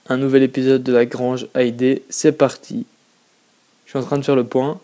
Un nouvel épisode de la Grange AID, c'est parti. Je suis en train de faire le point.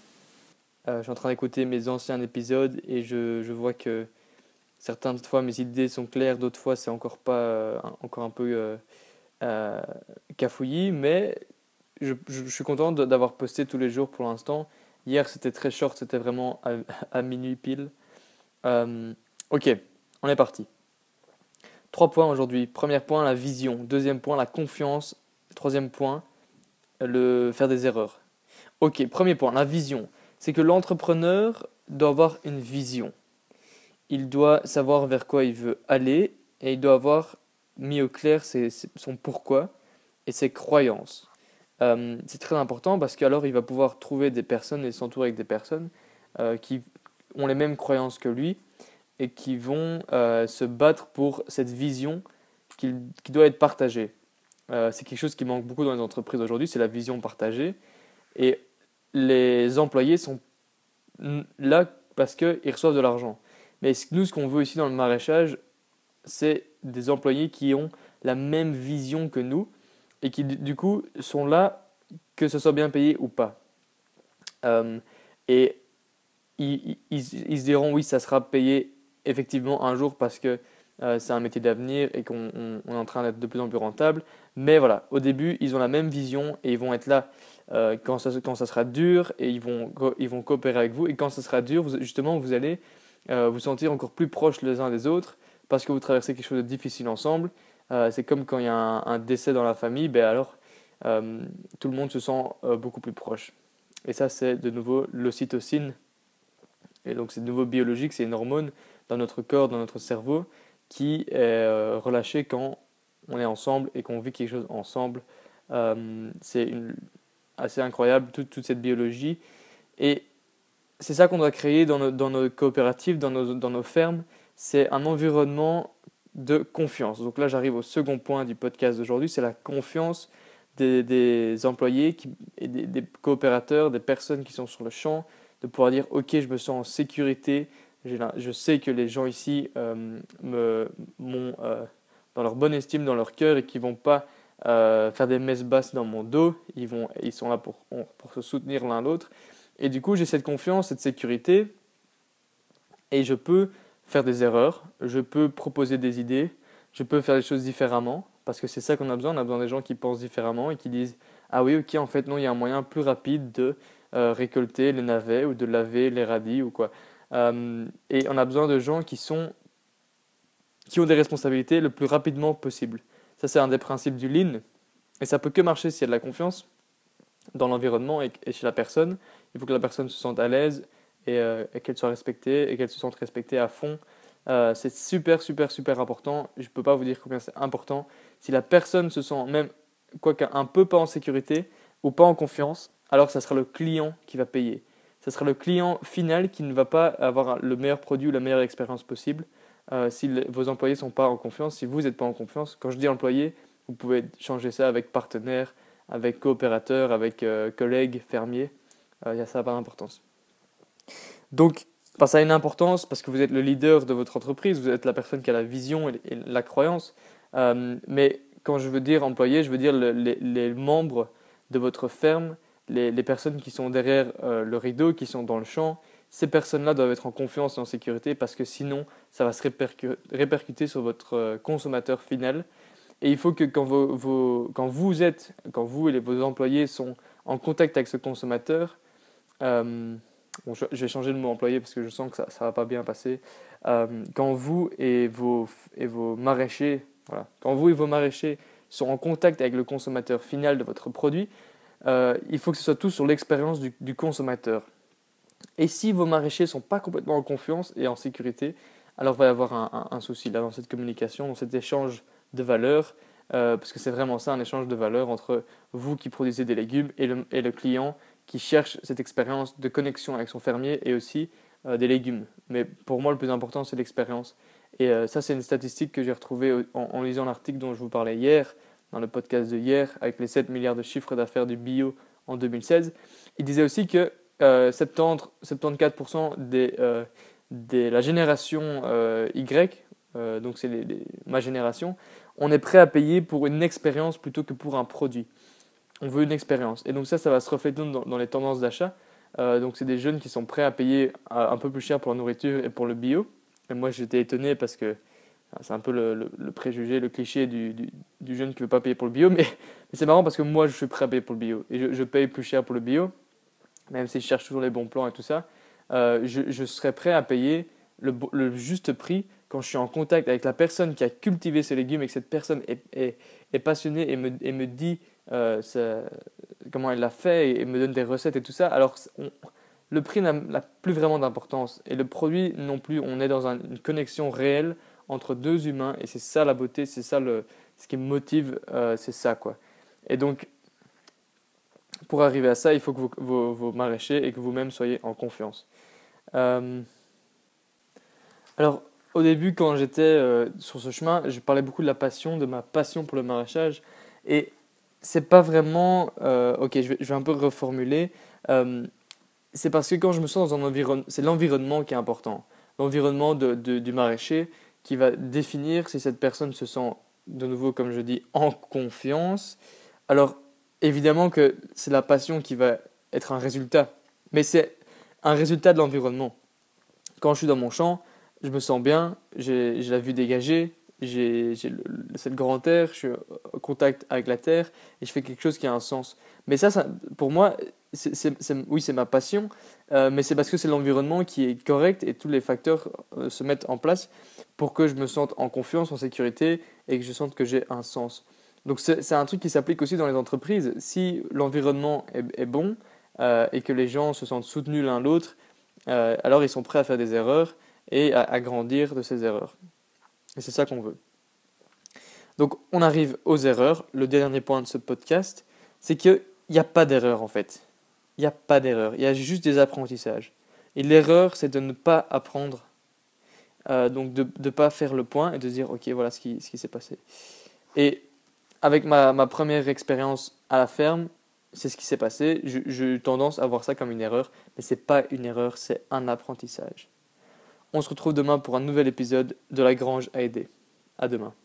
Je suis en train d'écouter mes anciens épisodes et je vois que certaines fois mes idées sont claires, d'autres fois c'est encore pas encore un peu euh, cafouillis, mais je suis content d'avoir posté tous les jours pour l'instant. Hier c'était très short, c'était vraiment à minuit pile. Euh, ok, on est parti. 3 points aujourd'hui. Premier point, la vision. Deuxième point, la confiance. Troisième point, le faire des erreurs. Ok, premier point, la vision. C'est que l'entrepreneur doit avoir une vision. Il doit savoir vers quoi il veut aller et il doit avoir mis au clair son pourquoi et ses croyances. C'est très important parce qu'alors il va pouvoir trouver des personnes et s'entourer avec des personnes qui ont les mêmes croyances que lui et qui vont se battre pour cette vision qui doit être partagée. C'est quelque chose qui manque beaucoup dans les entreprises aujourd'hui, c'est la vision partagée. Et les employés sont là parce qu'ils reçoivent de l'argent. Mais nous, ce qu'on veut ici dans le maraîchage, c'est des employés qui ont la même vision que nous et qui, du coup, sont là que ce soit bien payé ou pas. Euh, et ils se diront, oui, ça sera payé effectivement un jour parce que c'est un métier d'avenir et qu'on est en train d'être de plus en plus rentable. Mais voilà, au début, ils ont la même vision et ils vont être là quand ça sera dur et ils vont coopérer avec vous. Et quand ça sera dur, justement, vous allez vous sentir encore plus proches les uns des autres parce que vous traversez quelque chose de difficile ensemble. C'est comme quand il y a un décès dans la famille, ben alors tout le monde se sent beaucoup plus proche. Et ça, c'est de nouveau l'ocytocine. Et donc c'est de nouveau biologique, c'est une hormone dans notre corps, dans notre cerveau, qui est relâchée quand on est ensemble et qu'on vit quelque chose ensemble. C'est assez incroyable, toute cette biologie. Et c'est ça qu'on doit créer dans nos coopératives, dans nos fermes. C'est un environnement de confiance. Donc là, j'arrive au second point du podcast d'aujourd'hui, c'est la confiance des employés et des coopérateurs, des personnes qui sont sur le champ, de pouvoir dire, ok, je me sens en sécurité, je sais que les gens ici m'ont dans leur bonne estime, dans leur cœur et qu'ils ne vont pas faire des messes basses dans mon dos, ils sont là pour se soutenir l'un l'autre. Et du coup, j'ai cette confiance, cette sécurité et je peux faire des erreurs, je peux proposer des idées, je peux faire les choses différemment, parce que c'est ça qu'on a besoin. On a besoin des gens qui pensent différemment et qui disent ah oui, ok, en fait, non, il y a un moyen plus rapide de récolter les navets ou de laver les radis ou quoi. Et on a besoin de gens qui ont des responsabilités le plus rapidement possible. Ça, c'est un des principes du Lean. Et ça peut que marcher s'il y a de la confiance dans l'environnement et chez la personne. Il faut que la personne se sente à l'aise et qu'elle soit respectée et qu'elle se sente respectée à fond. C'est super, super, super important. Je ne peux pas vous dire combien c'est important. Si la personne se sent même un peu pas en sécurité ou pas en confiance, alors ça sera le client qui va payer. Ce sera le client final qui ne va pas avoir le meilleur produit ou la meilleure expérience possible. Si vos employés ne sont pas en confiance, si vous n'êtes pas en confiance, quand je dis employé, vous pouvez changer ça avec partenaire, avec coopérateur, avec collègues, fermiers. Ça n'a pas d'importance. Donc, ça a une importance parce que vous êtes le leader de votre entreprise, vous êtes la personne qui a la vision et la croyance. Mais quand je veux dire employé, je veux dire les membres de votre ferme, les personnes qui sont derrière le rideau, qui sont dans le champ. Ces personnes-là doivent être en confiance et en sécurité parce que sinon, ça va se répercuter sur votre consommateur final. Et il faut que quand vous et vos employés sont en contact avec ce consommateur, bon, je vais changer le mot employé parce que je sens que ça ne va pas bien passer. Quand vous et vos maraîchers, voilà, quand vous et vos maraîchers sont en contact avec le consommateur final de votre produit, il faut que ce soit tout sur l'expérience du consommateur. Et si vos maraîchers ne sont pas complètement en confiance et en sécurité, alors il va y avoir un souci là dans cette communication, dans cet échange de valeurs, parce que c'est vraiment ça, un échange de valeurs entre vous qui produisez des légumes et le client qui cherche cette expérience de connexion avec son fermier et aussi des légumes. Mais pour moi, le plus important, c'est l'expérience. Et ça, c'est une statistique que j'ai retrouvée en lisant l'article dont je vous parlais hier, dans le podcast de hier, avec les 7 milliards de chiffres d'affaires du bio en 2016. Il disait aussi que 74% de la génération Y, donc c'est ma génération, on est prêt à payer pour une expérience plutôt que pour un produit. On veut une expérience. Et donc ça va se refléter dans les tendances d'achat. Donc c'est des jeunes qui sont prêts à payer un peu plus cher pour la nourriture et pour le bio. Et moi j'étais étonné parce que c'est un peu le préjugé, le cliché du jeune qui ne veut pas payer pour le bio. Mais c'est marrant parce que moi je suis prêt à payer pour le bio. Et je paye plus cher pour le bio, même si je cherche toujours les bons plans et tout ça. Je serais prêt à payer le juste prix quand je suis en contact avec la personne qui a cultivé ces légumes et que cette personne est passionnée et me dit comment elle l'a fait et me donne des recettes et tout ça. Alors le prix n'a plus vraiment d'importance et le produit non plus. On est dans une connexion réelle entre deux humains et c'est ça la beauté, c'est ça ce qui me motive, c'est ça quoi. Et donc pour arriver à ça, il faut que vous maraîchiez et que vous-même soyez en confiance. Euh, alors, au début, quand j'étais sur ce chemin, je parlais beaucoup de ma passion pour le maraîchage. Et c'est pas vraiment. Ok, je vais un peu reformuler. Euh, c'est parce que quand je me sens dans un environnement. C'est l'environnement qui est important. L'environnement du maraîcher qui va définir si cette personne se sent, de nouveau, comme je dis, en confiance. Alors, évidemment que c'est la passion qui va être un résultat. Mais c'est un résultat de l'environnement. Quand je suis dans mon champ, je me sens bien, j'ai la vue dégagée, c'est le grand air, je suis en contact avec la terre et je fais quelque chose qui a un sens. Mais ça pour moi, oui, c'est ma passion, mais c'est parce que c'est l'environnement qui est correct et tous les facteurs se mettent en place pour que je me sente en confiance, en sécurité et que je sente que j'ai un sens. Donc c'est un truc qui s'applique aussi dans les entreprises. Si l'environnement est bon et que les gens se sentent soutenus l'un l'autre, alors ils sont prêts à faire des erreurs et à grandir de ces erreurs. Et c'est ça qu'on veut. Donc on arrive aux erreurs. Le dernier point de ce podcast, c'est qu'il n'y a pas d'erreur en fait. Il n'y a pas d'erreur. Il y a juste des apprentissages. Et l'erreur, c'est de ne pas apprendre. Donc de ne pas faire le point et de dire ok, voilà ce qui s'est passé. Et avec ma première expérience à la ferme, c'est ce qui s'est passé. J'ai eu tendance à voir ça comme une erreur, mais ce n'est pas une erreur, c'est un apprentissage. On se retrouve demain pour un nouvel épisode de La Grange à aider. À demain.